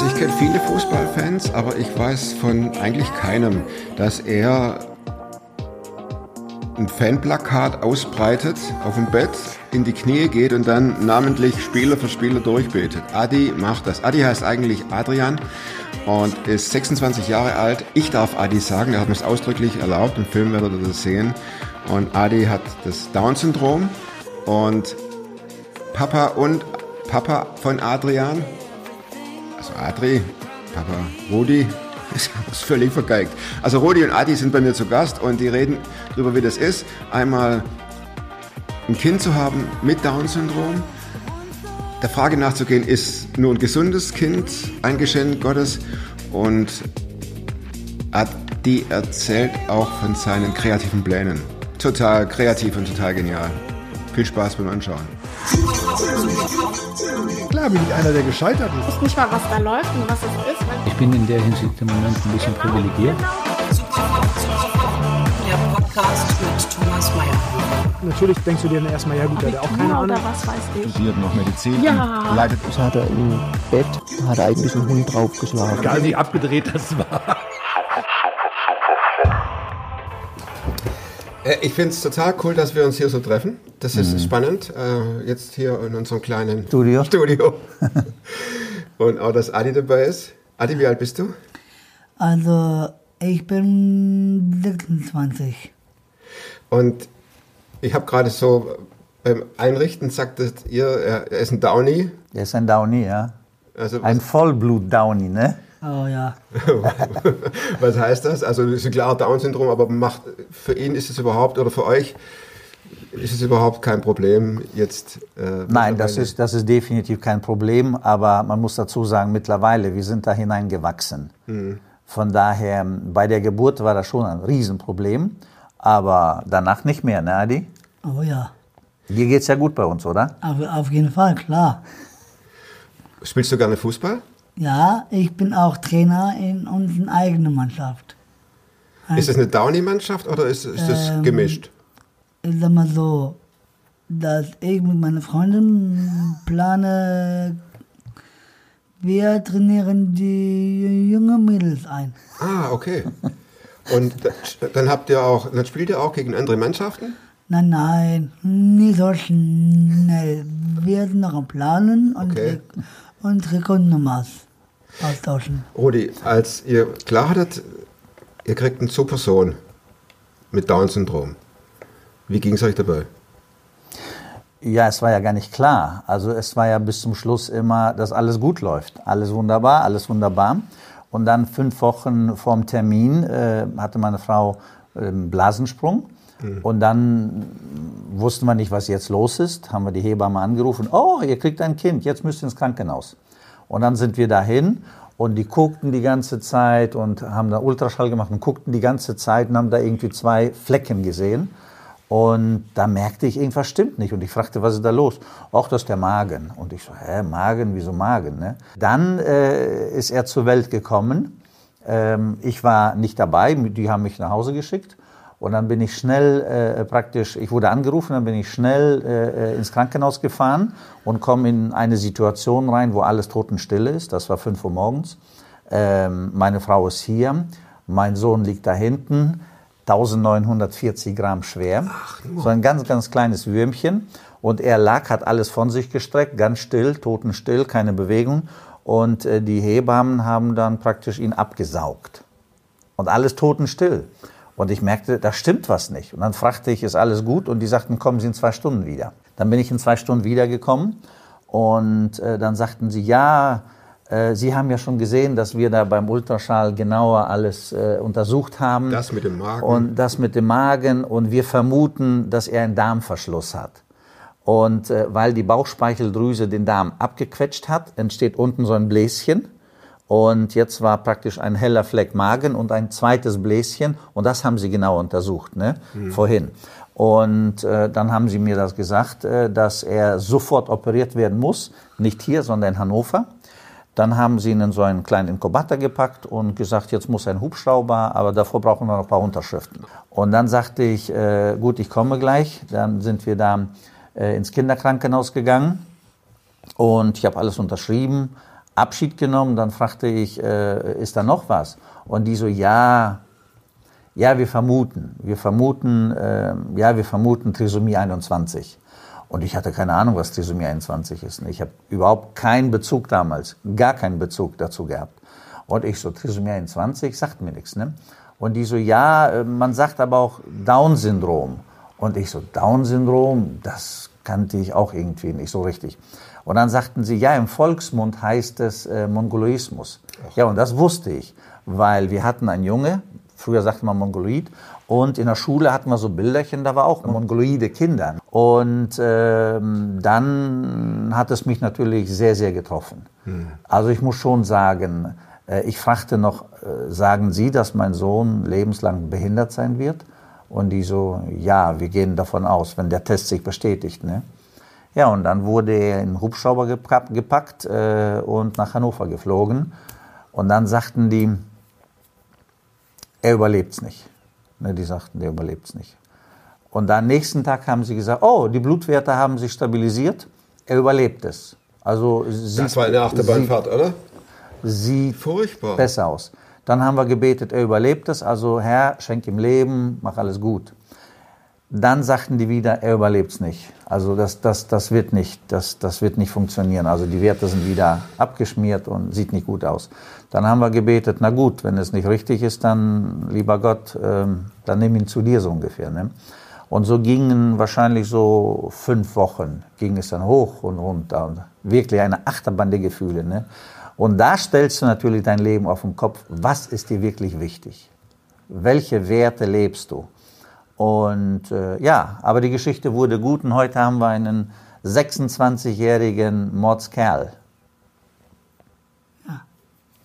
Also ich kenne viele Fußballfans, aber ich weiß von eigentlich keinem, dass er ein Fanplakat ausbreitet auf dem Bett, in die Knie geht und dann namentlich Spieler für Spieler durchbetet. Adi macht das. Adi heißt eigentlich Adrian und ist 26 Jahre alt. Ich darf Adi sagen, er hat mir es ausdrücklich erlaubt, im Film werdet ihr das sehen. Und Adi hat das Down-Syndrom und Papa von Adrian, also Adri, Papa Rudi, ist völlig vergeigt. Also Rudi und Adi sind bei mir zu Gast und die reden darüber, wie das ist, einmal ein Kind zu haben mit Down-Syndrom. Der Frage nachzugehen, ist nur ein gesundes Kind ein Geschenk Gottes? Und Adi erzählt auch von seinen kreativen Plänen. Total kreativ und total genial. Viel Spaß beim Anschauen. Klar bin ich einer, der gescheitert ist. Ich weiß nicht mal, was da läuft und was es ist. Ich bin in der Hinsicht im Moment ein bisschen privilegiert. Der Podcast mit Thomas Mayer. Natürlich denkst du dir dann erstmal, ja gut, der hat auch keine Ahnung. Oder was weiß ich. Studiert noch Medizin. Ja. Leidet. Das hat er im Bett, hat er eigentlich einen Hund draufgeschlagen. Egal wie abgedreht das war. Ich finde es total cool, dass wir uns hier so treffen. Das ist spannend, jetzt hier in unserem kleinen Studio. Und auch, dass Adi dabei ist. Adi, wie alt bist du? Also, ich bin 26. Und ich habe gerade so beim Einrichten sagtet ihr, er ist ein Downy. Er ist ein Downy, ja. Also Ein Vollblut-Downy, ne? Oh ja. Was heißt das? Also das ist ein klarer Down-Syndrom, aber für ihn ist es überhaupt, oder für euch, ist es überhaupt kein Problem jetzt? Nein, das ist definitiv kein Problem, aber man muss dazu sagen, mittlerweile, wir sind da hineingewachsen. Von daher, bei der Geburt war das schon ein Riesenproblem, aber danach nicht mehr, ne Adi? Oh ja. Dir geht's ja gut bei uns, oder? Auf jeden Fall, klar. Spielst du gerne Fußball? Ja, ich bin auch Trainer in unserer eigenen Mannschaft. Ist das eine Downy-Mannschaft oder ist das gemischt? Ich sag mal so, dass ich mit meiner Freundin plane, wir trainieren die jungen Mädels ein. Ah, okay. Und dann spielt ihr auch gegen andere Mannschaften? Nein, nicht so schnell. Wir sind noch am Planen und Okay. und Rekordnummern austauschen. Rudi, als ihr klar hattet, ihr kriegt eine super Sohn mit Down-Syndrom. Wie ging es euch dabei? Ja, es war ja gar nicht klar. Also es war ja bis zum Schluss immer, dass alles gut läuft. Alles wunderbar, alles wunderbar. Und dann 5 Wochen vorm Termin hatte meine Frau Blasensprung. Und dann wussten wir nicht, was jetzt los ist. Haben wir die Hebamme angerufen. Oh, ihr kriegt ein Kind, jetzt müsst ihr ins Krankenhaus. Und dann sind wir dahin und die guckten die ganze Zeit und haben da Ultraschall gemacht und guckten die ganze Zeit und haben da irgendwie 2 Flecken gesehen. Und da merkte ich, irgendwas stimmt nicht. Und ich fragte, was ist da los? Ach, das ist der Magen. Und ich so, Magen, wieso Magen? Ne? Dann ist er zur Welt gekommen. Ich war nicht dabei, die haben mich nach Hause geschickt. Und dann bin ich schnell ich wurde angerufen, dann bin ich schnell ins Krankenhaus gefahren und komme in eine Situation rein, wo alles totenstill ist. Das war 5 Uhr morgens. Meine Frau ist hier, mein Sohn liegt da hinten, 1940 Gramm schwer. Ach, so ein ganz, ganz kleines Würmchen. Und er hat alles von sich gestreckt, ganz still, totenstill, keine Bewegung. Und die Hebammen haben dann praktisch ihn abgesaugt. Und alles totenstill. Und ich merkte, da stimmt was nicht. Und dann fragte ich, ist alles gut? Und die sagten, kommen Sie in 2 Stunden wieder. Dann bin ich in 2 Stunden wiedergekommen. Und dann sagten sie, ja, Sie haben ja schon gesehen, dass wir da beim Ultraschall genauer alles untersucht haben. Das mit dem Magen. Und das mit dem Magen. Und wir vermuten, dass er einen Darmverschluss hat. Und weil die Bauchspeicheldrüse den Darm abgequetscht hat, entsteht unten so ein Bläschen. Und jetzt war praktisch ein heller Fleck Magen und ein zweites Bläschen. Und das haben sie genau untersucht, vorhin. Und dann haben sie mir das gesagt, dass er sofort operiert werden muss. Nicht hier, sondern in Hannover. Dann haben sie ihn in so einen kleinen Inkubator gepackt und gesagt, jetzt muss ein Hubschrauber, aber davor brauchen wir noch ein paar Unterschriften. Und dann sagte ich, gut, ich komme gleich. Dann sind wir da ins Kinderkrankenhaus gegangen und ich habe alles unterschrieben. Abschied genommen, dann fragte ich, ist da noch was? Und die so, ja, wir vermuten Trisomie 21. Und ich hatte keine Ahnung, was Trisomie 21 ist. Ich habe überhaupt keinen Bezug damals, gar keinen Bezug dazu gehabt. Und ich so, Trisomie 21, sagt mir nichts, ne? Und die so, ja, man sagt aber auch Down-Syndrom. Und ich so, Down-Syndrom, das kannte ich auch irgendwie nicht so richtig. Und dann sagten sie, ja, im Volksmund heißt es Mongoloismus. Ja, und das wusste ich, weil wir hatten einen Junge, früher sagte man Mongoloid, und in der Schule hatten wir so Bilderchen, da war auch mongoloide Kinder. Und dann hat es mich natürlich sehr, sehr getroffen. Also ich muss schon sagen, ich fragte noch, sagen Sie, dass mein Sohn lebenslang behindert sein wird? Und die so, ja, wir gehen davon aus, wenn der Test sich bestätigt, ne? Ja, und dann wurde er in einen Hubschrauber gepackt und nach Hannover geflogen. Und dann sagten die, er überlebt's nicht. Ne, die sagten, der überlebt's nicht. Und dann nächsten Tag haben sie gesagt, oh, die Blutwerte haben sich stabilisiert, er überlebt es. Also Das war eine Achterbahnfahrt, oder? Sieht Furchtbar. besser aus. Dann haben wir gebetet, er überlebt es, also Herr, schenk ihm Leben, mach alles gut. Dann sagten die wieder, er überlebt es nicht. Also das wird nicht funktionieren. Also die Werte sind wieder abgeschmiert und sieht nicht gut aus. Dann haben wir gebetet, na gut, wenn es nicht richtig ist, dann, lieber Gott, dann nimm ihn zu dir so ungefähr. Ne? Und so gingen wahrscheinlich so 5 Wochen, ging es dann hoch und runter. Und wirklich eine Achterbahn der Gefühle. Ne? Und da stellst du natürlich dein Leben auf den Kopf. Was ist dir wirklich wichtig? Welche Werte lebst du? Und ja, aber die Geschichte wurde gut und heute haben wir einen 26-jährigen Mordskerl. Ja.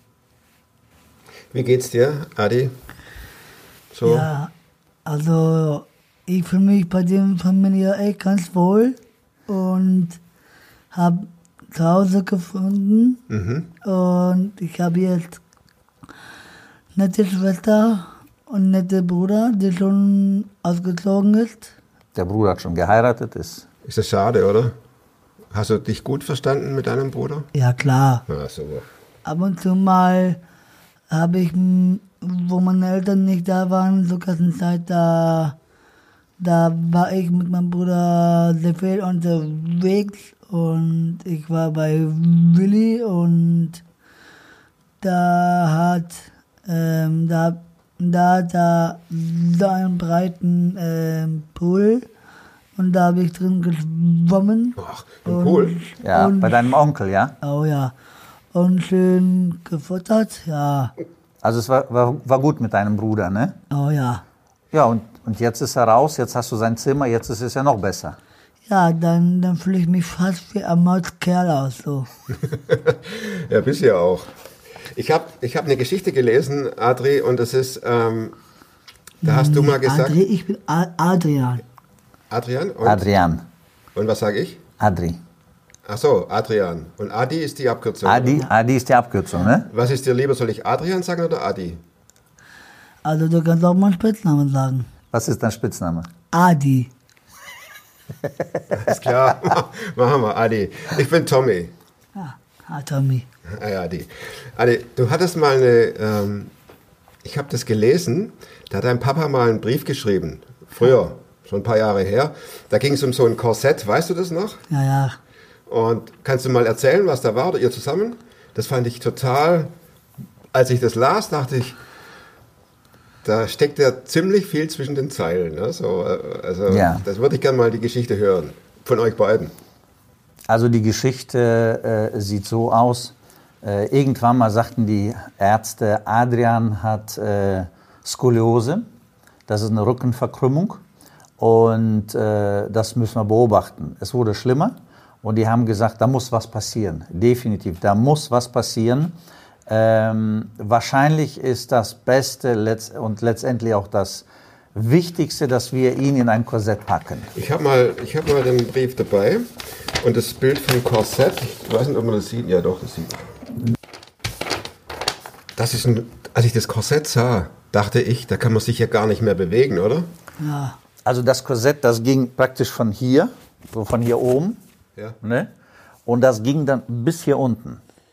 Wie geht's dir, Adi? So? Ja, also ich fühle mich bei dem Familie echt ganz wohl und habe zu Hause gefunden. Und ich habe jetzt nette Schwester und nette Bruder, der schon ausgezogen ist. Der Bruder hat schon geheiratet. Ist das schade, oder? Hast du dich gut verstanden mit deinem Bruder? Ja, klar. Ja, super. Ab und zu mal habe ich, wo meine Eltern nicht da waren, zur Kassenzeit, da war ich mit meinem Bruder sehr viel unterwegs und ich war bei Willi und da hat so einen breiten Pool und da habe ich drin geschwommen. Ach, im Pool? Ja, bei deinem Onkel, ja? Oh ja. Und schön gefuttert, ja. Also es war gut mit deinem Bruder, ne? Oh ja. Ja, und jetzt ist er raus, jetzt hast du sein Zimmer, jetzt ist es ja noch besser. Ja, dann fühle ich mich fast wie ein Mordskerl aus, so. Ja, bist ja auch. Ich hab eine Geschichte gelesen, Adri, und das ist, da hast du mal gesagt... Adri, ich bin Adrian. Adrian? Und, Adrian. Und was sage ich? Adri. Ach so, Adrian. Und Adi ist die Abkürzung. Adi ist die Abkürzung, ne? Was ist dir lieber, soll ich Adrian sagen oder Adi? Also du kannst auch meinen Spitznamen sagen. Was ist dein Spitzname? Adi. Ist klar, machen wir, Adi. Ich bin Tommy. Tommy. Ja, Adi. Adi, du hattest mal eine, ich habe das gelesen, da hat dein Papa mal einen Brief geschrieben, früher, schon ein paar Jahre her. Da ging es um so ein Korsett, weißt du das noch? Ja, ja. Und kannst du mal erzählen, was da war, oder ihr zusammen? Das fand ich total, als ich das las, dachte ich, da steckt ja ziemlich viel zwischen den Zeilen. Ne? So, also ja. Das würde ich gerne mal die Geschichte hören, von euch beiden. Also die Geschichte sieht so aus, irgendwann mal sagten die Ärzte, Adrian hat Skoliose, das ist eine Rückenverkrümmung und das müssen wir beobachten. Es wurde schlimmer und die haben gesagt, da muss was passieren, definitiv, da muss was passieren. Wahrscheinlich ist das Beste und letztendlich auch das Wichtigste, dass wir ihn in ein Korsett packen. Ich hab mal den Brief dabei und das Bild vom Korsett, ich weiß nicht, ob man das sieht, ja doch, das sieht man. Das ist als ich das Korsett sah, dachte ich, da kann man sich ja gar nicht mehr bewegen, oder? Ja. Also das Korsett, das ging praktisch von hier, so von hier oben, Ja. ne? Und das ging dann bis hier unten.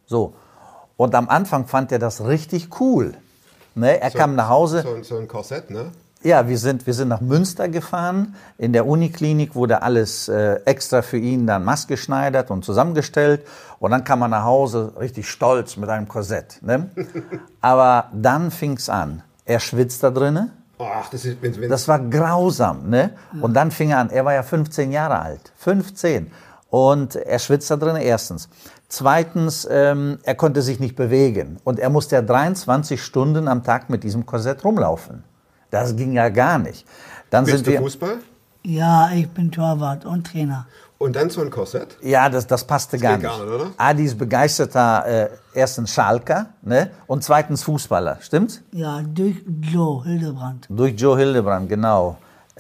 So. Und am Anfang fand er das richtig cool. Ne? Er kam nach Hause. So ein Korsett, ne? Ja, wir sind nach Münster gefahren. In der Uniklinik wurde alles extra für ihn dann maßgeschneidert und zusammengestellt. Und dann kam er nach Hause richtig stolz mit einem Korsett. Ne? Aber dann fing's an. Er schwitzt da drinnen. Ach, Das war grausam. Ne? Und dann fing er an. Er war ja 15 Jahre alt. 15. Und er schwitzt da drinnen, erstens. Zweitens, er konnte sich nicht bewegen. Und er musste ja 23 Stunden am Tag mit diesem Korsett rumlaufen. Das ging ja gar nicht. Dann Bist sind wir. du Fußball? Ja, ich bin Torwart und Trainer. Und dann so ein Korsett? Ja, das passte gar geht nicht. gar nicht, oder? Adi ist begeisterter erstens Schalker, ne? Und zweitens Fußballer, stimmt's? Ja, durch Joe Hildebrand. Durch Joe Hildebrand, genau.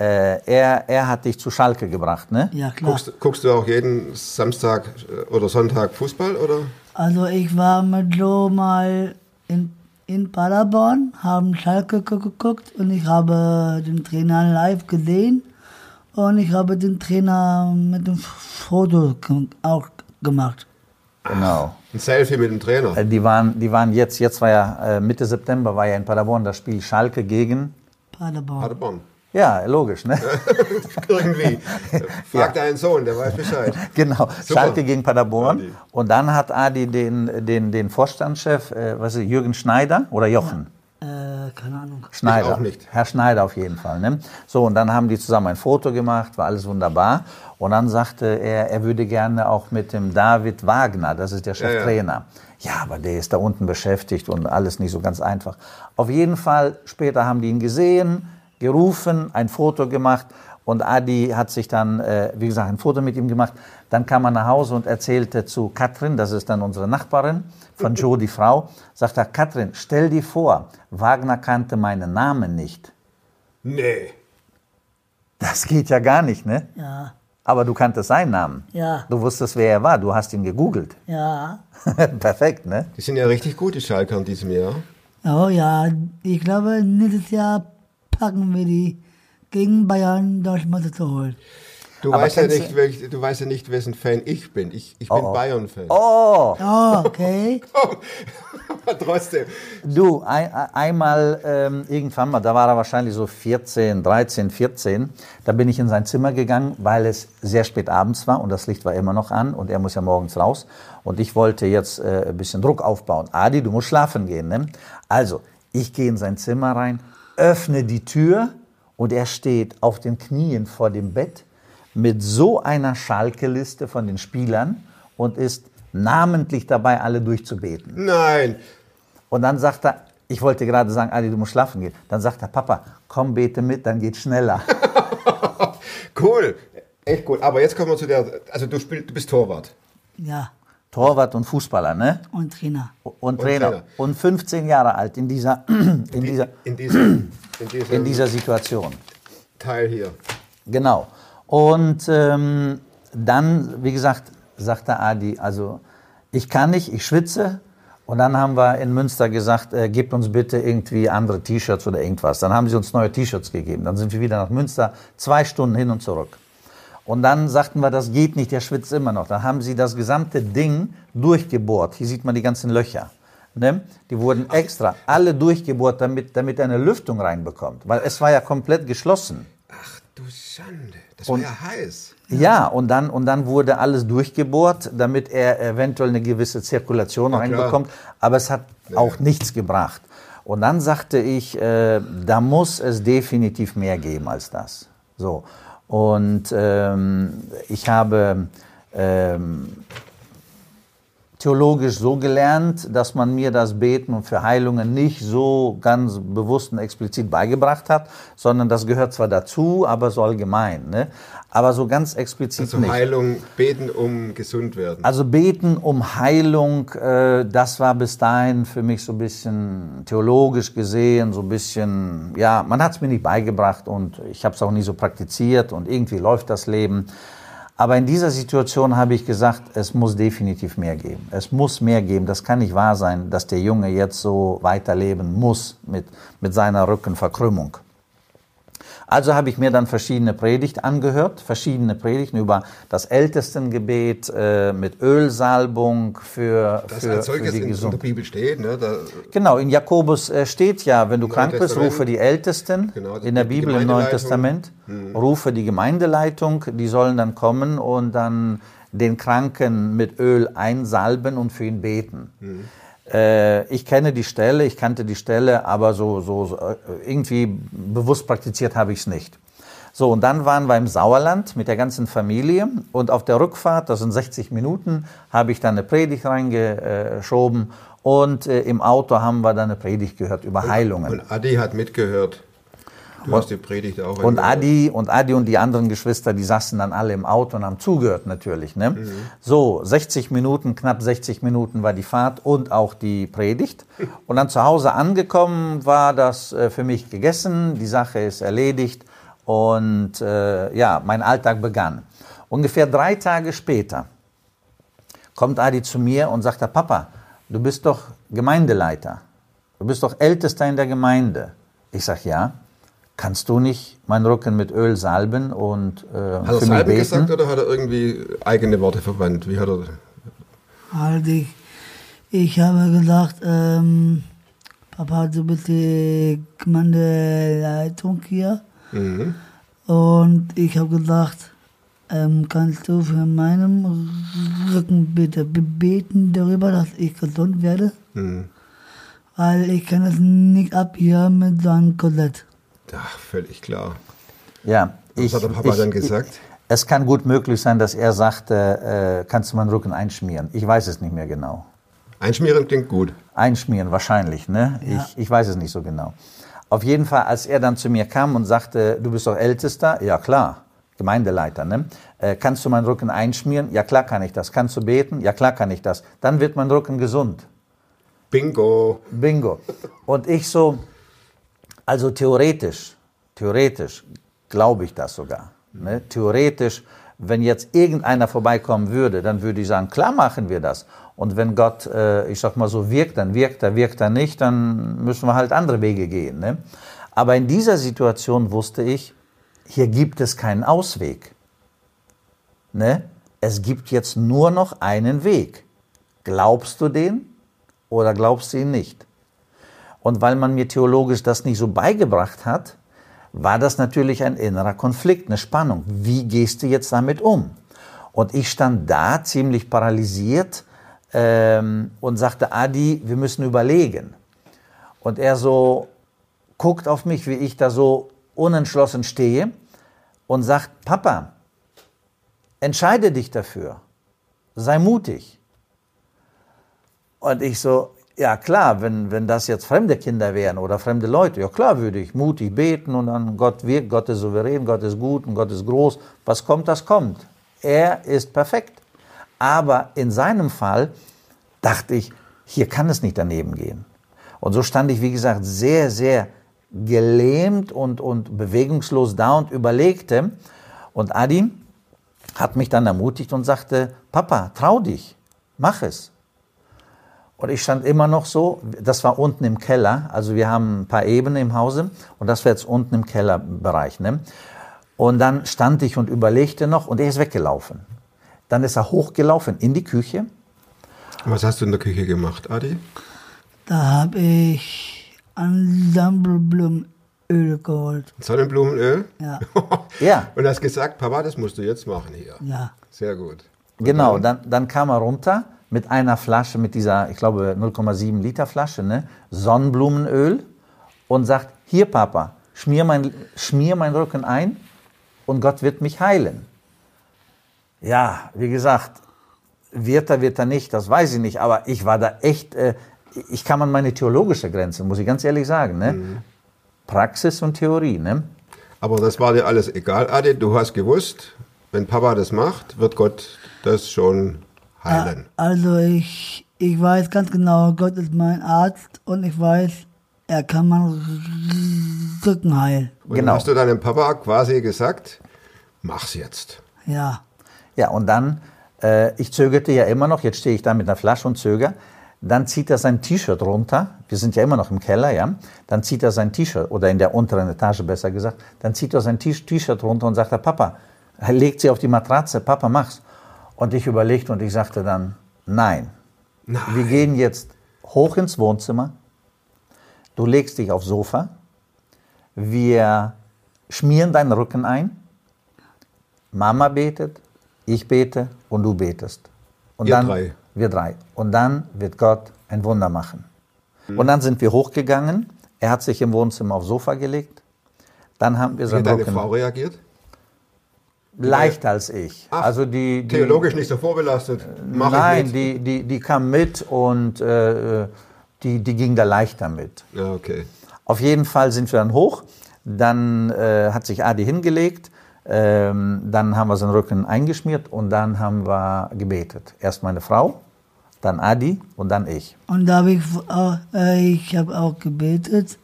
Er hat dich zu Schalke gebracht, ne? Ja, klar. Guckst du auch jeden Samstag oder Sonntag Fußball, oder? Also ich war mit Joe mal in Paderborn, haben Schalke geguckt und ich habe den Trainer live gesehen und ich habe den Trainer mit dem Foto auch gemacht. Genau. Ein Selfie mit dem Trainer. Die waren jetzt war ja Mitte September war ja in Paderborn das Spiel Schalke gegen. Paderborn. Ja, logisch, ne? Irgendwie. Frag deinen Sohn, der weiß Bescheid. Genau, Super. Schalke gegen Paderborn. Adi. Und dann hat Adi den Vorstandschef, Jürgen Schneider oder Jochen? Keine Ahnung. Schneider. Ich auch nicht. Herr Schneider auf jeden Fall. Ne? So, und dann haben die zusammen ein Foto gemacht, war alles wunderbar. Und dann sagte er würde gerne auch mit dem David Wagner, das ist der Cheftrainer. Ja, aber der ist da unten beschäftigt und alles nicht so ganz einfach. Auf jeden Fall, später haben die ihn gesehen, gerufen, ein Foto gemacht und Adi hat sich dann, wie gesagt, ein Foto mit ihm gemacht. Dann kam er nach Hause und erzählte zu Katrin, das ist dann unsere Nachbarin von Joe, die Frau, sagt er, Katrin, stell dir vor, Wagner kannte meinen Namen nicht. Nee. Das geht ja gar nicht, ne? Ja, Aber du kanntest seinen Namen. Ja. Du wusstest, wer er war, du hast ihn gegoogelt. ja. Perfekt, ne? Die sind ja richtig gut, die Schalker in diesem Jahr. Oh ja, ich glaube, nächstes Jahr packen wir die gegen Bayern Deutschmeister zu holen. Du Aber weißt ja kennst nicht, wessen Fan ich bin. Ich bin Bayern-Fan. Oh, Oh, okay. Aber trotzdem. du, einmal irgendwann mal, da war er wahrscheinlich so 13, 14, da bin ich in sein Zimmer gegangen, weil es sehr spät abends war und das Licht war immer noch an und er muss ja morgens raus und ich wollte jetzt ein bisschen Druck aufbauen. Adi, du musst schlafen gehen, ne? Also, ich gehe in sein Zimmer rein, öffne die Tür und er steht auf den Knien vor dem Bett mit so einer Schalke-Liste von den Spielern und ist namentlich dabei, alle durchzubeten. Nein. Und dann sagt er, ich wollte gerade sagen, Adi, du musst schlafen gehen. Dann sagt er, Papa, komm, bete mit, dann geht's schneller. Cool. Echt gut. Aber jetzt kommen wir zu der, also du bist Torwart. Ja, Torwart und Fußballer, ne? und Trainer. Und Trainer. Und 15 Jahre alt in dieser Situation. Teil hier. Genau. Und dann, wie gesagt, sagte Adi, also ich kann nicht, ich schwitze. Und dann haben wir in Münster gesagt, gebt uns bitte irgendwie andere T-Shirts oder irgendwas. Dann haben sie uns neue T-Shirts gegeben. Dann sind wir wieder nach Münster, 2 Stunden hin und zurück. Und dann sagten wir, das geht nicht, der schwitzt immer noch. Dann haben sie das gesamte Ding durchgebohrt. Hier sieht man die ganzen Löcher. Ne? Die wurden extra alle durchgebohrt, damit er eine Lüftung reinbekommt. Weil es war ja komplett geschlossen. Ach du Schande. Das war ja heiß. Ja, und dann wurde alles durchgebohrt, damit er eventuell eine gewisse Zirkulation reinbekommt. Aber es hat auch nichts gebracht. Und dann sagte ich, da muss es definitiv mehr geben als das. So. Und ich habe theologisch so gelernt, dass man mir das Beten und für Heilungen nicht so ganz bewusst und explizit beigebracht hat, sondern das gehört zwar dazu, aber so allgemein. Ne? Aber so ganz explizit Also nicht. Heilung, beten um gesund werden. Also beten um Heilung, das war bis dahin für mich so ein bisschen theologisch gesehen, so ein bisschen, ja, man hat es mir nicht beigebracht und ich habe es auch nie so praktiziert und irgendwie läuft das Leben. Aber in dieser Situation habe ich gesagt, es muss definitiv mehr geben. Es muss mehr geben. Das kann nicht wahr sein, dass der Junge jetzt so weiterleben muss mit seiner Rückenverkrümmung. Also habe ich mir dann verschiedene Predigten angehört, verschiedene Predigten über das Ältestengebet mit Ölsalbung für als solches die in der Gesundheit. Bibel steht, ne? Genau, in Jakobus steht ja, wenn du krank bist, Testament. rufe die Ältesten, Genau, in der die Bibel im Neuen Gemeindeleitung. Testament, rufe die Gemeindeleitung, die sollen dann kommen und dann den Kranken mit Öl einsalben und für ihn beten. Ich kannte die Stelle, aber so irgendwie bewusst praktiziert habe ich es nicht. So, und dann waren wir im Sauerland mit der ganzen Familie und auf der Rückfahrt, das sind 60 Minuten, habe ich dann eine Predigt reingeschoben und im Auto haben wir dann eine Predigt gehört über Heilungen. Und Adi hat mitgehört. Du hast die Predigt auch Und angehört. Adi und die anderen Geschwister, die saßen dann alle im Auto und haben zugehört natürlich. Ne? So, 60 Minuten, knapp 60 Minuten war die Fahrt und auch die Predigt. Und dann zu Hause angekommen war das für mich gegessen, die Sache ist erledigt und mein Alltag begann. Ungefähr 3 Tage später kommt Adi zu mir und sagt, Papa, du bist doch Gemeindeleiter, du bist doch Ältester in der Gemeinde. Ich sage, ja. Kannst du nicht meinen Rücken mit Öl salben und Hat er für mich Salbe beten? gesagt oder hat er irgendwie eigene Worte verwandt? Wie hat er... Halt ich habe gesagt, Papa, du bist die Gemeindeleitung hier. Und ich habe gesagt, kannst du für meinen Rücken bitte beten darüber, dass ich gesund werde? Weil ich kann es nicht ab hier mit so einem Korsett. Ach, völlig klar. Ja, Was hat der Papa dann gesagt? Es kann gut möglich sein, dass er sagte, kannst du meinen Rücken einschmieren? Ich weiß es nicht mehr genau. Einschmieren klingt gut. Einschmieren wahrscheinlich, ne? Ja. Ich weiß es nicht so genau. Auf jeden Fall, als er dann zu mir kam und sagte, du bist doch Ältester? Ja klar, Gemeindeleiter, ne? Kannst du meinen Rücken einschmieren? Ja klar kann ich das. Kannst du beten? Ja klar kann ich das. Dann wird mein Rücken gesund. Bingo. Bingo. Und ich so, also theoretisch glaube ich das sogar. Ne? Theoretisch, wenn jetzt irgendeiner vorbeikommen würde, dann würde ich sagen, klar machen wir das. Und wenn Gott, ich sag mal so, wirkt er nicht, dann müssen wir halt andere Wege gehen. Ne? Aber in dieser Situation wusste ich, hier gibt es keinen Ausweg. Ne? Es gibt jetzt nur noch einen Weg. Glaubst du den oder glaubst du ihn nicht? Und weil man mir theologisch das nicht so beigebracht hat, war das natürlich ein innerer Konflikt, eine Spannung. Wie gehst du jetzt damit um? Und ich stand da ziemlich paralysiert und sagte, Adi, wir müssen überlegen. Und er so guckt auf mich, wie ich da so unentschlossen stehe und sagt, Papa, entscheide dich dafür, sei mutig. Und ich so, ja klar, wenn das jetzt fremde Kinder wären oder fremde Leute, ja klar würde ich mutig beten und dann Gott wirkt, Gott ist souverän, Gott ist gut und Gott ist groß. Was kommt, das kommt. Er ist perfekt. Aber in seinem Fall dachte ich, hier kann es nicht daneben gehen. Und so stand ich, wie gesagt, sehr, sehr gelähmt und bewegungslos da und überlegte. Und Adi hat mich dann ermutigt und sagte, Papa, trau dich, mach es. Und ich stand immer noch so, das war unten im Keller, also wir haben ein paar Ebenen im Hause und das war jetzt unten im Kellerbereich. Ne? Und dann stand ich und überlegte noch und er ist weggelaufen. Dann ist er hochgelaufen in die Küche. Was hast du in der Küche gemacht, Adi? Da habe ich ein Sonnenblumenöl geholt. Sonnenblumenöl? Ja. Ja. Und hast gesagt, Papa, das musst du jetzt machen hier. Ja. Sehr gut. Und Genau, dann kam er runter mit einer Flasche, mit dieser, ich glaube, 0,7 Liter Flasche, ne? Sonnenblumenöl und sagt, hier Papa, schmier mein Rücken ein und Gott wird mich heilen. Ja, wie gesagt, wird er nicht, das weiß ich nicht, aber ich war da echt, ich kam an meine theologische Grenze, muss ich ganz ehrlich sagen. Ne? Praxis und Theorie. Ne? Aber das war dir alles egal, Adi. Du hast gewusst, wenn Papa das macht, wird Gott das schon heilen. Also ich weiß ganz genau, Gott ist mein Arzt und ich weiß, er kann meinen Rücken heilen. Und Genau. hast du deinem Papa quasi gesagt, mach's jetzt. Ja. Ja, und dann, ich zögerte ja immer noch, jetzt stehe ich da mit einer Flasche und zögere. Dann zieht er sein T-Shirt runter. Wir sind ja immer noch im Keller, ja. Dann zieht er sein T-Shirt, oder in der unteren Etage besser gesagt, dann zieht er sein T-Shirt runter und sagt, Papa, er legt sie auf die Matratze, Papa, mach's. Und ich überlegte und ich sagte dann, nein. Wir gehen jetzt hoch ins Wohnzimmer, du legst dich aufs Sofa, wir schmieren deinen Rücken ein, Mama betet, ich bete und du betest. Und Ihr dann, drei. Wir drei. Und dann wird Gott ein Wunder machen. Und dann sind wir hochgegangen, er hat sich im Wohnzimmer aufs Sofa gelegt, dann haben wir Wie seinen hat deine Rücken... Frau reagiert? Leichter als ich. Ach, also die theologisch nicht so vorbelastet. Nein, die kam mit und die ging da leichter mit. Ja, okay. Auf jeden Fall sind wir dann hoch, dann hat sich Adi hingelegt, dann haben wir seinen Rücken eingeschmiert und dann haben wir gebetet. Erst meine Frau, dann Adi und dann ich. Und da habe ich habe auch gebetet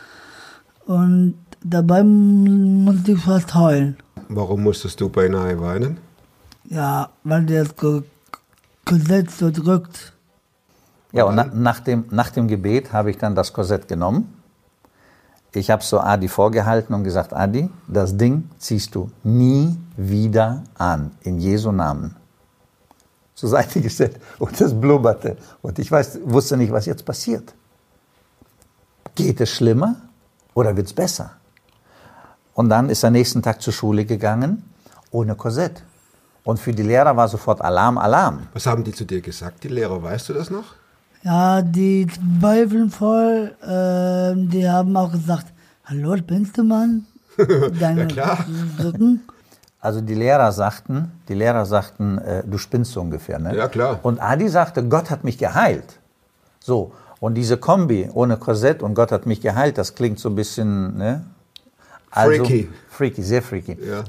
und dabei musste ich fast heulen. Warum musstest du beinahe weinen? Ja, weil das Korsett so drückt. Ja, und nach dem Gebet habe ich dann das Korsett genommen. Ich habe so Adi vorgehalten und gesagt, Adi, das Ding ziehst du nie wieder an, in Jesu Namen. Zur Seite gestellt und das blubberte. Und ich wusste nicht, was jetzt passiert. Geht es schlimmer oder wird es besser? Und dann ist er nächsten Tag zur Schule gegangen, ohne Korsett. Und für die Lehrer war sofort Alarm, Alarm. Was haben die zu dir gesagt, die Lehrer? Weißt du das noch? Ja, die zweifeln voll, die haben auch gesagt, hallo, spinnst du, Mann? Deine Ja, klar. Rücken. Also die Lehrer sagten, du spinnst so ungefähr. Ne? Ja, klar. Und Adi sagte, Gott hat mich geheilt. So, und diese Kombi ohne Korsett und Gott hat mich geheilt, das klingt so ein bisschen... Ne? Also, freaky, sehr freaky. Ja.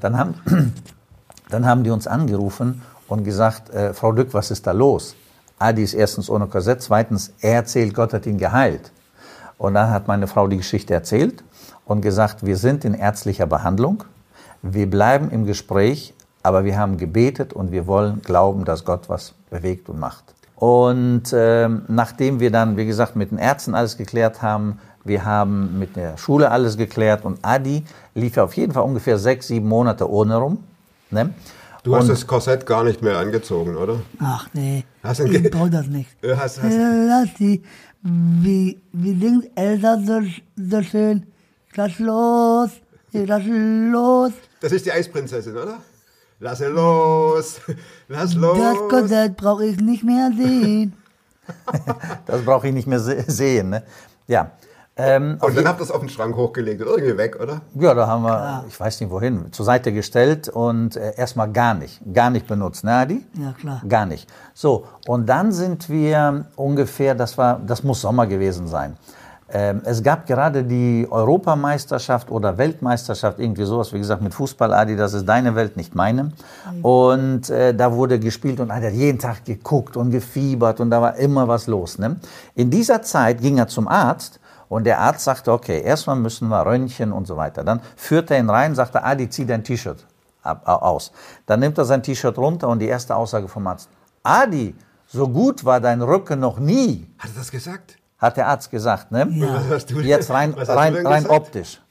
Dann haben die uns angerufen und gesagt, Frau Dück, was ist da los? Adi ist erstens ohne Korsett, zweitens, er erzählt, Gott hat ihn geheilt. Und dann hat meine Frau die Geschichte erzählt und gesagt, wir sind in ärztlicher Behandlung, wir bleiben im Gespräch, aber wir haben gebetet und wir wollen glauben, dass Gott was bewegt und macht. Und nachdem wir dann, wie gesagt, mit den Ärzten alles geklärt haben, wir haben mit der Schule alles geklärt und Adi lief ja auf jeden Fall ungefähr 6-7 Monate ohne rum. Ne? Du hast das Korsett gar nicht mehr angezogen, oder? Ach nee, Hast du ich brauche das nicht. Hast Lass die, wie singt Elsa so schön, lass los, los. Das ist die Eisprinzessin, oder? Lass los, lass los. Das Korsett brauche ich nicht mehr sehen. Das brauche ich nicht mehr sehen. Ne? Ja. Und dann habt ihr es auf den Schrank hochgelegt und irgendwie weg, oder? Ja, da haben wir, ich weiß nicht wohin, zur Seite gestellt und erstmal gar nicht benutzt, ne Adi? Ja, klar. Gar nicht. So, und dann sind wir ungefähr, das muss Sommer gewesen sein. Es gab gerade die Europameisterschaft oder Weltmeisterschaft, irgendwie sowas, wie gesagt, mit Fußball, Adi, das ist deine Welt, nicht meine. Und da wurde gespielt und Adi hat jeden Tag geguckt und gefiebert und da war immer was los. Ne? In dieser Zeit ging er zum Arzt. Und der Arzt sagte, okay, erstmal müssen wir Röntgen und so weiter. Dann führte er ihn rein, sagte, Adi, zieh dein T-Shirt aus. Dann nimmt er sein T-Shirt runter und die erste Aussage vom Arzt, Adi, so gut war dein Rücken noch nie. Hat er das gesagt? Hat der Arzt gesagt, ne? Ja. Was hast du Jetzt rein gesagt? optisch.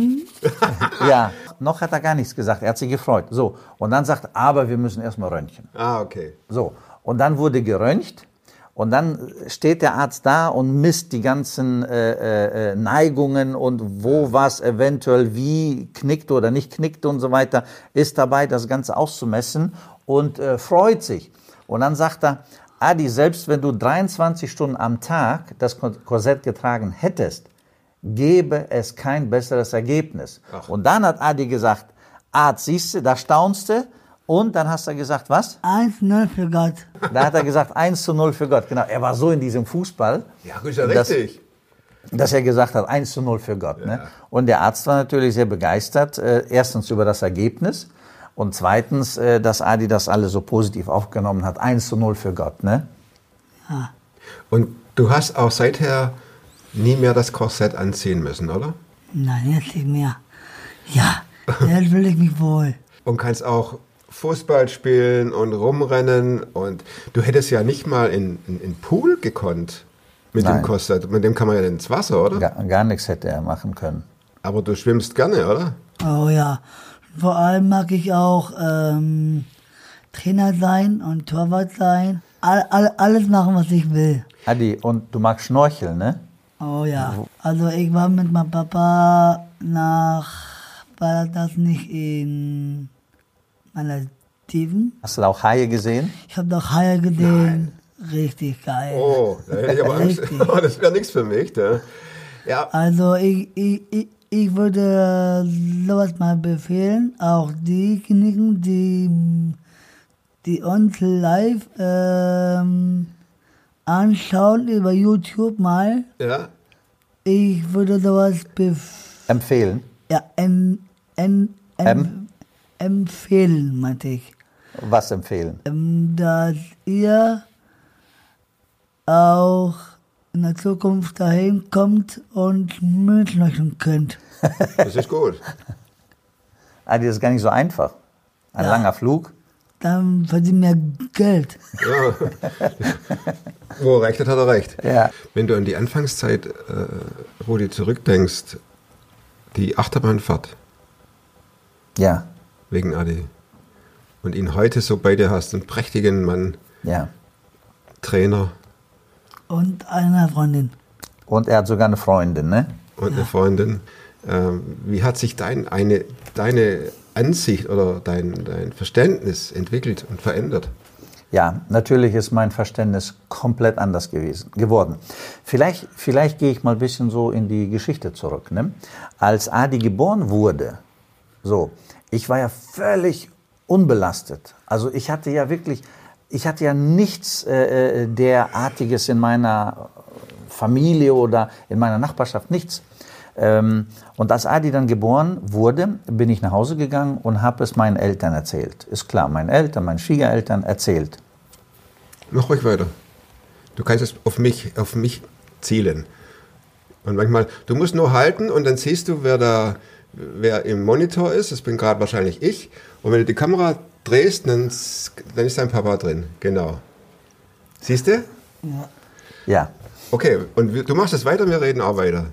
Ja, noch hat er gar nichts gesagt, er hat sich gefreut. So, und dann sagt, aber wir müssen erstmal Röntgen. Ah, okay. So, und dann wurde geröntgt. Und dann steht der Arzt da und misst die ganzen Neigungen und wo was eventuell wie knickt oder nicht knickt und so weiter, ist dabei, das Ganze auszumessen und freut sich. Und dann sagt er, Adi, selbst wenn du 23 Stunden am Tag das Korsett getragen hättest, gäbe es kein besseres Ergebnis. Ach. Und dann hat Adi gesagt, Arzt, siehst du, da staunst du. Und dann hast du gesagt, was? 1-0 für Gott. Da hat er gesagt, 1-0 für Gott. Genau, er war so in diesem Fußball, Ja, ist ja richtig. dass er gesagt hat, 1-0 für Gott. Ja. Ne? Und der Arzt war natürlich sehr begeistert, erstens über das Ergebnis und zweitens, dass Adi das alles so positiv aufgenommen hat. 1-0 für Gott. Ne? Und du hast auch seither nie mehr das Korsett anziehen müssen, oder? Nein, jetzt nicht mehr. Ja, jetzt fühle ich mich wohl. Und kannst auch Fußball spielen und rumrennen und du hättest ja nicht mal in Pool gekonnt mit Nein. dem Costa. Mit dem kann man ja ins Wasser, oder? Gar nichts hätte er machen können. Aber du schwimmst gerne, oder? Oh ja. Vor allem mag ich auch Trainer sein und Torwart sein. Alles machen, was ich will. Adi, und du magst Schnorcheln, ne? Oh ja. Also ich war mit meinem Papa war das nicht in Malediven? Hast du da auch Haie gesehen? Ich habe doch Haie gesehen. Richtig geil. Oh, da hätte ich aber Angst. Richtig. Das wäre nichts für mich. Ne? Ja, Also ich würde sowas mal befehlen, auch diejenigen, die uns live anschauen über YouTube mal. ja. Ich würde sowas Empfehlen. empfehlen, meinte ich. Was empfehlen? Dass ihr auch in der Zukunft dahin kommt und mitschnorcheln könnt. Das ist gut. Adi, das ist gar nicht so einfach. Ein langer Flug. Dann verdienen wir Geld. Ja. Wo er recht hat, hat er recht. Ja. Wenn du an die Anfangszeit, Rudi, zurückdenkst, die Achterbahnfahrt Ja, wegen Adi und ihn heute so bei dir hast, einen prächtigen Mann, ja. Trainer Und einer Freundin. Und er hat sogar eine Freundin, ne? und eine Freundin. Wie hat sich deine Ansicht oder dein Verständnis entwickelt und verändert? Ja, natürlich ist mein Verständnis komplett anders geworden. Vielleicht gehe ich mal ein bisschen so in die Geschichte zurück. Ne? Als Adi geboren wurde, ich war ja völlig unbelastet. Also ich hatte ja nichts derartiges in meiner Familie oder in meiner Nachbarschaft, nichts. Und als Adi dann geboren wurde, bin ich nach Hause gegangen und habe es meinen Eltern erzählt. Ist klar, meinen Schwiegereltern erzählt. Mach ruhig weiter. Du kannst es auf mich zielen. Und manchmal, du musst nur halten und dann siehst du, wer im Monitor ist. Das bin gerade wahrscheinlich ich. Und wenn du die Kamera drehst, dann ist dein Papa drin. Genau. Siehst du? Ja. Okay, und du machst es weiter, wir reden auch weiter.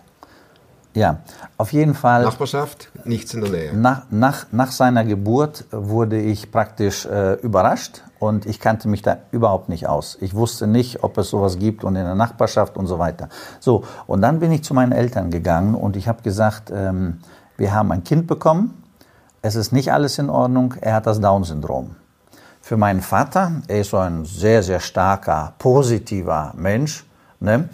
Ja, auf jeden Fall. Nachbarschaft, nichts in der Nähe. Nach seiner Geburt wurde ich praktisch überrascht und ich kannte mich da überhaupt nicht aus. Ich wusste nicht, ob es sowas gibt und in der Nachbarschaft und so weiter. So, und dann bin ich zu meinen Eltern gegangen und ich habe gesagt, wir haben ein Kind bekommen, es ist nicht alles in Ordnung, er hat das Down-Syndrom. Für meinen Vater, er ist so ein sehr, sehr starker, positiver Mensch, ne?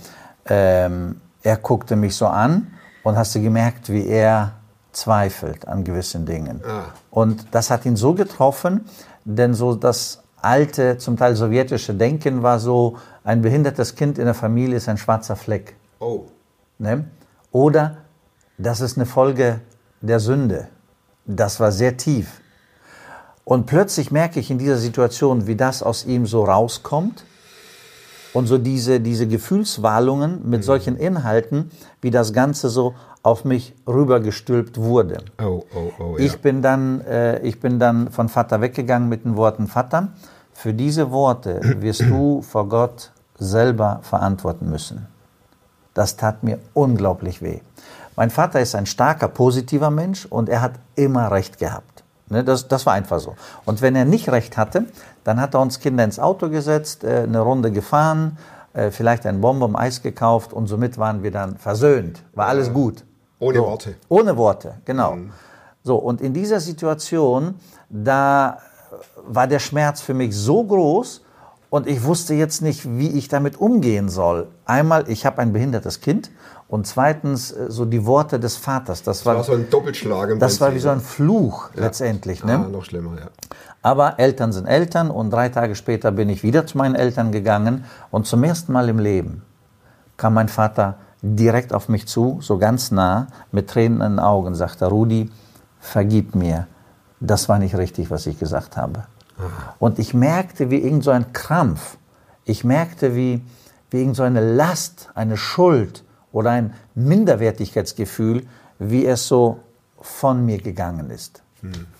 Er guckte mich so an. Und hast du gemerkt, wie er zweifelt an gewissen Dingen. Und das hat ihn so getroffen, denn so das alte, zum Teil sowjetische Denken war so, ein behindertes Kind in der Familie ist ein schwarzer Fleck. Oh. Ne? Oder das ist eine Folge der Sünde. Das war sehr tief. Und plötzlich merke ich in dieser Situation, wie das aus ihm so rauskommt. Und so diese Gefühlswallungen mit solchen Inhalten, wie das Ganze so auf mich rübergestülpt wurde. Oh, ja. Ich bin dann von Vater weggegangen mit den Worten, Vater, für diese Worte wirst du vor Gott selber verantworten müssen. Das tat mir unglaublich weh. Mein Vater ist ein starker, positiver Mensch und er hat immer Recht gehabt. Ne, das war einfach so. Und wenn er nicht recht hatte, dann hat er uns Kinder ins Auto gesetzt, eine Runde gefahren, vielleicht ein Bonbon Eis gekauft und somit waren wir dann versöhnt. War alles gut. Ohne Worte. Ohne Worte, genau. So, und in dieser Situation, da war der Schmerz für mich so groß und ich wusste jetzt nicht, wie ich damit umgehen soll. Einmal, ich habe ein behindertes Kind. Und zweitens, so die Worte des Vaters. Das war so ein Doppelschlag im Das war wie Prinzip. so ein Fluch letztendlich. Ne? Noch schlimmer, ja. Aber Eltern sind Eltern und 3 Tage später bin ich wieder zu meinen Eltern gegangen und zum ersten Mal im Leben kam mein Vater direkt auf mich zu, so ganz nah, mit Tränen in den Augen, sagte, Rudi, vergib mir, das war nicht richtig, was ich gesagt habe. Und ich merkte wie irgend so ein Krampf, ich merkte wie irgend so eine Last, eine Schuld, oder ein Minderwertigkeitsgefühl, wie es so von mir gegangen ist.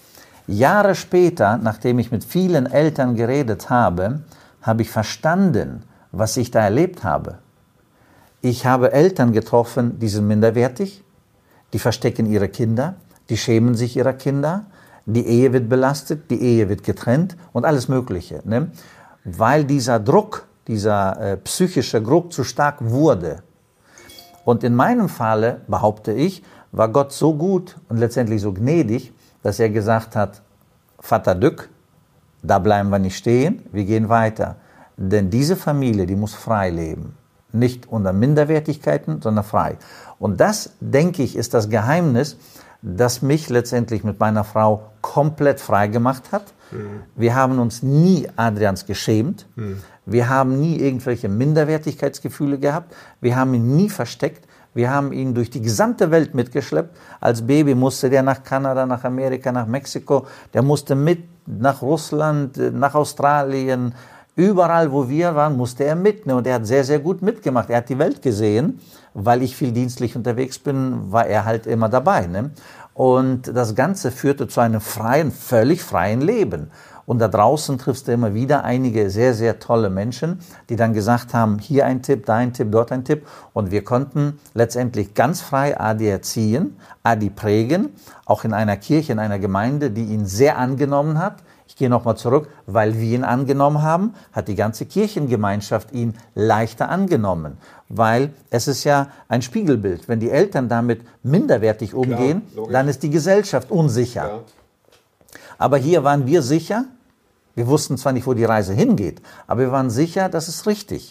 Jahre später, nachdem ich mit vielen Eltern geredet habe, habe ich verstanden, was ich da erlebt habe. Ich habe Eltern getroffen, die sind minderwertig, die verstecken ihre Kinder, die schämen sich ihrer Kinder, die Ehe wird belastet, die Ehe wird getrennt und alles Mögliche. Ne? Weil dieser Druck, dieser psychische Druck zu stark wurde. Und in meinem Falle, behaupte ich, war Gott so gut und letztendlich so gnädig, dass er gesagt hat, Vater Dück, da bleiben wir nicht stehen, wir gehen weiter. Denn diese Familie, die muss frei leben. Nicht unter Minderwertigkeiten, sondern frei. Und das, denke ich, ist das Geheimnis, das mich letztendlich mit meiner Frau komplett frei gemacht hat. Wir haben uns nie Adrians geschämt. Wir haben nie irgendwelche Minderwertigkeitsgefühle gehabt. Wir haben ihn nie versteckt. Wir haben ihn durch die gesamte Welt mitgeschleppt. Als Baby musste der nach Kanada, nach Amerika, nach Mexiko. Der musste mit nach Russland, nach Australien. Überall, wo wir waren, musste er mit. Ne? Und er hat sehr, sehr gut mitgemacht. Er hat die Welt gesehen. Weil ich viel dienstlich unterwegs bin, war er halt immer dabei. Ne? Und das Ganze führte zu einem freien, völlig freien Leben. Und da draußen triffst du immer wieder einige sehr, sehr tolle Menschen, die dann gesagt haben, hier ein Tipp, da ein Tipp, dort ein Tipp. Und wir konnten letztendlich ganz frei Adi erziehen, Adi prägen, auch in einer Kirche, in einer Gemeinde, die ihn sehr angenommen hat. Ich gehe nochmal zurück, weil wir ihn angenommen haben, hat die ganze Kirchengemeinschaft ihn leichter angenommen. Weil es ist ja ein Spiegelbild. Wenn die Eltern damit minderwertig umgehen, dann ist die Gesellschaft unsicher. Ja. Aber hier waren wir sicher. Wir wussten zwar nicht, wo die Reise hingeht, aber wir waren sicher, das ist richtig.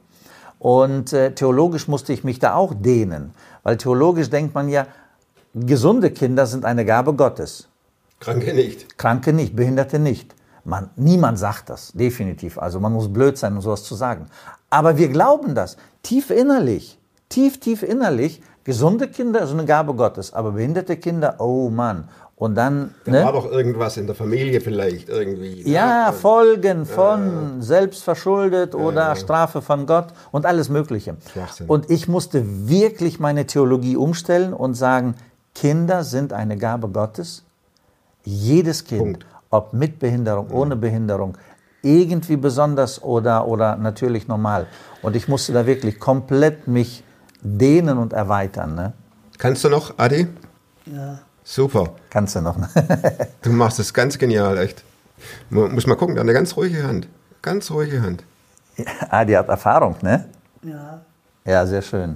Und theologisch musste ich mich da auch dehnen. Weil theologisch denkt man ja, gesunde Kinder sind eine Gabe Gottes. Kranke nicht. Kranke nicht, Behinderte nicht. Niemand sagt das, definitiv. Also man muss blöd sein, um sowas zu sagen. Aber wir glauben das, tief innerlich, tief innerlich. Gesunde Kinder sind eine Gabe Gottes, aber behinderte Kinder, oh Mann. Und dann, da war doch irgendwas in der Familie vielleicht irgendwie. Ja, Folgen von selbstverschuldet oder Strafe von Gott und alles Mögliche. Und ich musste wirklich meine Theologie umstellen und sagen, Kinder sind eine Gabe Gottes. Jedes Kind, ob mit Behinderung, ohne Behinderung, irgendwie besonders oder natürlich normal. Und ich musste da wirklich komplett mich dehnen und erweitern. Ne? Kannst du noch, Adi? Ja. Super. Kannst du noch. Ne? Du machst das ganz genial, echt. Muss mal gucken, der hat eine ganz ruhige Hand. Ganz ruhige Hand. Ja, Adi hat Erfahrung, ne? Ja. Ja, sehr schön.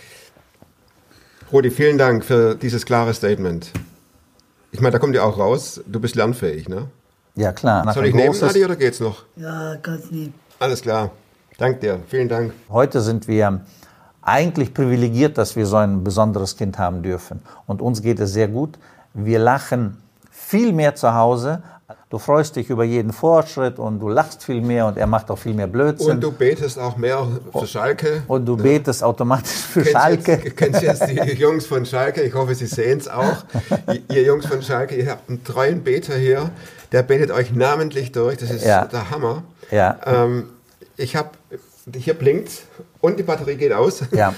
Rudi, vielen Dank für dieses klare Statement. Ich meine, da kommt ja auch raus, du bist lernfähig, ne? Ja, klar. Soll ich nehmen, Adi, oder geht's noch? Ja, kannst nehmen. Alles klar. Dank dir. Vielen Dank. Heute sind wir eigentlich privilegiert, dass wir so ein besonderes Kind haben dürfen. Und uns geht es sehr gut. Wir lachen viel mehr zu Hause. Du freust dich über jeden Fortschritt und du lachst viel mehr und er macht auch viel mehr Blödsinn. Und du betest auch mehr für Schalke. Und du betest automatisch für Schalke. Kennst jetzt die Jungs von Schalke? Ich hoffe, Sie sehen es auch. Ihr Jungs von Schalke, ihr habt einen treuen Beter hier. Der betet euch namentlich durch. Das ist der Hammer. Ja. Hier blinkt und die Batterie geht aus. Ja.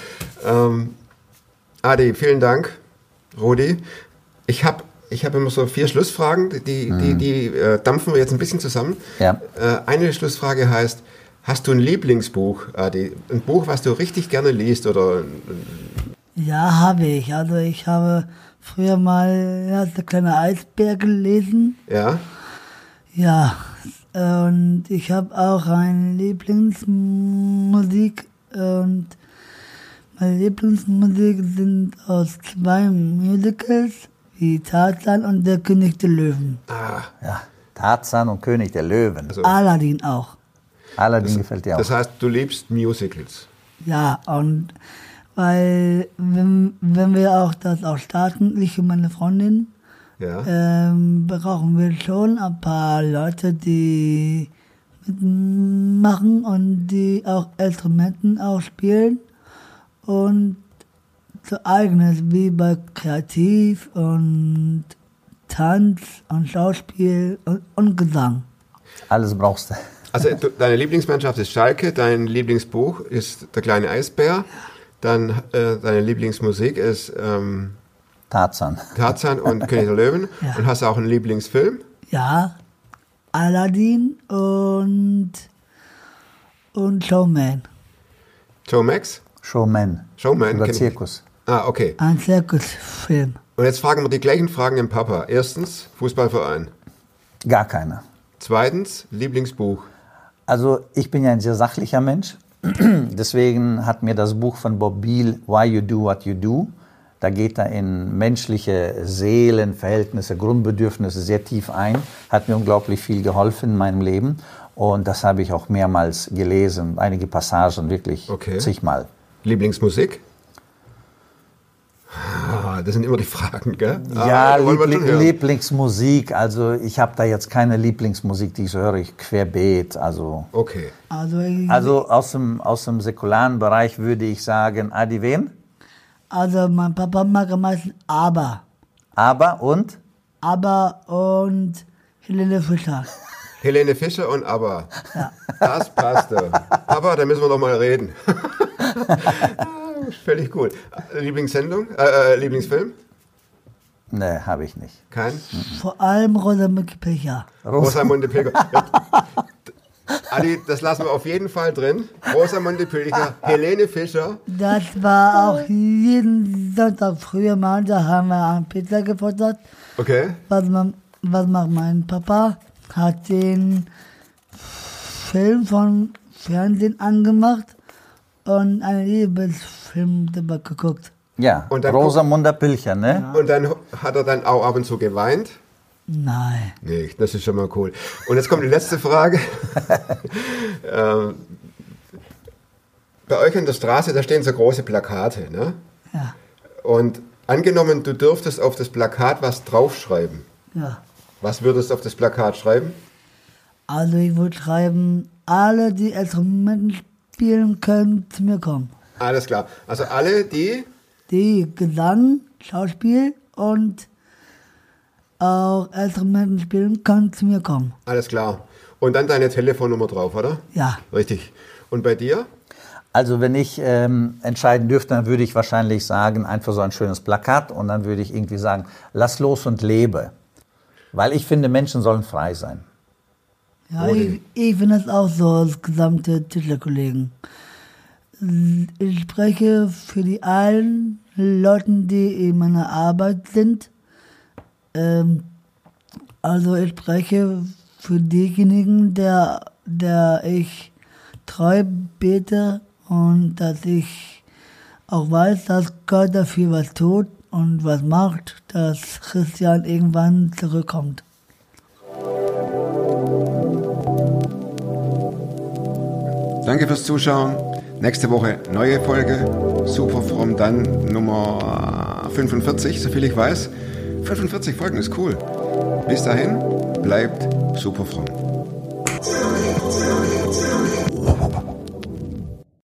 Adi, vielen Dank. Rudi. Ich habe immer so 4 Schlussfragen, die dampfen wir jetzt ein bisschen zusammen. Ja. Eine Schlussfrage heißt, hast du ein Lieblingsbuch, Adi? Ein Buch, was du richtig gerne liest? Oder? Ja, habe ich. Also ich habe früher mal der kleine Eisbär gelesen. Ja? Ja, und ich habe auch eine Lieblingsmusik. Und meine Lieblingsmusik sind aus 2 Musicals. Wie Tarzan und der König der Löwen. Ja, Tarzan und König der Löwen. Also, Aladdin auch. Aladdin gefällt dir auch. Das heißt, du liebst Musicals. Ja, und weil, wenn wir auch das auch starten, ich und meine Freundin, brauchen wir schon ein paar Leute, die mitmachen und die auch Instrumenten auch spielen. Und so eigenes wie bei Kreativ und Tanz und Schauspiel und Gesang. Alles brauchst du. Also deine Lieblingsmannschaft ist Schalke, dein Lieblingsbuch ist Der kleine Eisbär, dann deine Lieblingsmusik ist Tarzan. Tarzan und König der Löwen. Ja. Und hast du auch einen Lieblingsfilm? Ja, Aladdin und Showman. Tomax? Showman. Showman Oder kenn ich Zirkus. Ah, okay. Ein Zirkusfilm. Und jetzt fragen wir die gleichen Fragen dem Papa. Erstens, Fußballverein. Gar keiner. Zweitens, Lieblingsbuch. Also ich bin ja ein sehr sachlicher Mensch. Deswegen hat mir das Buch von Bob Beale, Why You Do What You Do, da geht er in menschliche Seelenverhältnisse, Grundbedürfnisse sehr tief ein, hat mir unglaublich viel geholfen in meinem Leben. Und das habe ich auch mehrmals gelesen, einige Passagen wirklich zigmal. Lieblingsmusik? Ah, das sind immer die Fragen, gell? Ja, wollen wir schon hören. Lieblingsmusik, also ich habe da jetzt keine Lieblingsmusik, die ich so höre, ich querbeet, also... Okay. Also aus dem säkularen Bereich würde ich sagen, Adi, wen? Also mein Papa mag am meisten Aber. Aber und Helene Fischer. Helene Fischer und ABBA. Ja. Das passte. Aber da müssen wir noch mal reden. Völlig cool. Lieblingssendung? Lieblingsfilm? Nee, habe ich nicht. Kein? Vor allem Rosamunde Pilcher. Rosamunde Pilcher. Adi, das lassen wir auf jeden Fall drin. Rosamunde Pilcher, Helene Fischer. Das war auch jeden Sonntag früher mal, da haben wir eine Pizza gefuttert. Okay. Was macht mein Papa? Hat den Film von Fernsehen angemacht und einen Liebesfilm dabei geguckt. Ja, Und dann Rosamunde Pilcher, ne? Und dann hat er dann auch ab und zu geweint. Nein. Nicht, das ist schon mal cool. Und jetzt kommt die letzte Frage. Bei euch an der Straße, da stehen so große Plakate, ne? Ja. Und angenommen, du dürftest auf das Plakat was draufschreiben. Ja. Was würdest du auf das Plakat schreiben? Also ich würde schreiben, alle, die Instrumente spielen können, zu mir kommen. Alles klar. Also alle, die... Die Gesang, Schauspiel und auch Instrumente spielen können, zu mir kommen. Alles klar. Und dann deine Telefonnummer drauf, oder? Ja. Richtig. Und bei dir? Also wenn ich entscheiden dürfte, dann würde ich wahrscheinlich sagen, einfach so ein schönes Plakat und dann würde ich irgendwie sagen, lass los und lebe. Weil ich finde, Menschen sollen frei sein. Ja, ich finde das auch so, als gesamte Tischlerkollegen. Ich spreche für die allen Leuten, die in meiner Arbeit sind. Also ich spreche für diejenigen, der ich treu bete und dass ich auch weiß, dass Gott dafür was tut und was macht, dass Christian irgendwann zurückkommt. Danke fürs Zuschauen. Nächste Woche neue Folge. Super fromm, dann Nummer 45, soviel ich weiß. 45 Folgen ist cool. Bis dahin, bleibt super fromm.